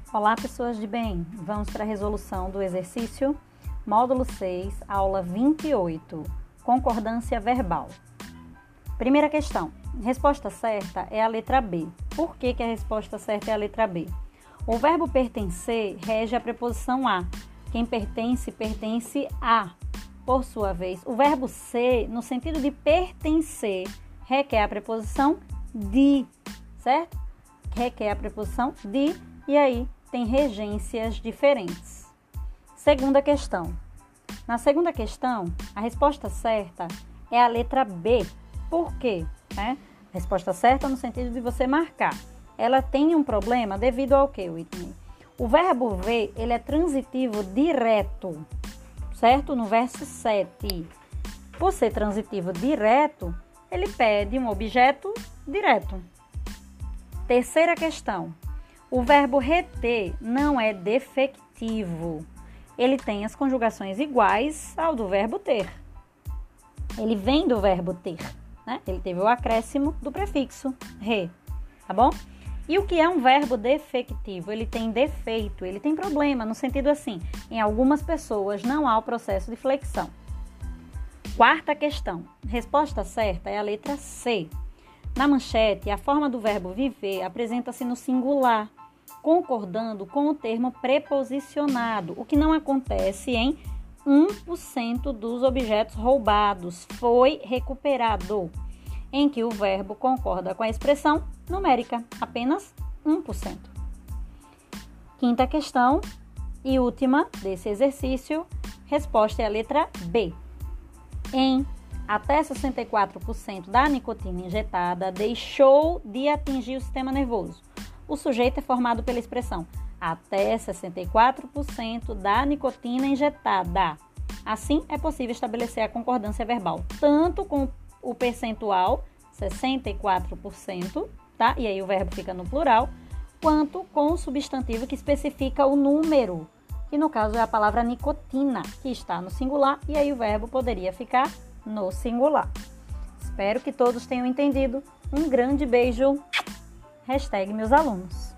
Olá, pessoas de bem! Vamos para a resolução do exercício módulo 6, aula 28, concordância verbal. Primeira questão, resposta certa é a letra B. Por que a resposta certa é a letra B? O verbo pertencer rege a preposição a. Quem pertence, pertence a. Por sua vez, o verbo ser, no sentido de pertencer, requer a preposição de, certo? Requer a preposição de, e aí tem regências diferentes. Segunda questão. Na segunda questão, a resposta certa é a letra B. Por quê? Resposta certa no sentido de você marcar. Ela tem um problema devido ao quê, Whitney? O verbo ver, ele é transitivo direto, certo? No verso 7. Por ser transitivo direto, ele pede um objeto direto. Terceira questão. O verbo reter não é defectivo. Ele tem as conjugações iguais ao do verbo ter. Ele vem do verbo ter, né? Ele teve o acréscimo do prefixo re, tá bom? E o que é um verbo defectivo? Ele tem defeito, ele tem problema, no sentido assim, em algumas pessoas não há o processo de flexão. Quarta questão. Resposta certa é a letra C. Na manchete, a forma do verbo viver apresenta-se no singular, concordando com o termo preposicionado, o que não acontece em 1% dos objetos roubados. Foi recuperado, em que o verbo concorda com a expressão numérica, apenas 1%. Quinta questão e última desse exercício, resposta é a letra B. Em até 64% da nicotina injetada deixou de atingir o sistema nervoso. O sujeito é formado pela expressão até 64% da nicotina injetada. Assim, é possível estabelecer a concordância verbal, tanto com o percentual, 64%, tá? E aí o verbo fica no plural, quanto com o substantivo que especifica o número, que no caso é a palavra nicotina, que está no singular, e aí o verbo poderia ficar no singular. Espero que todos tenham entendido. Um grande beijo. #meus alunos.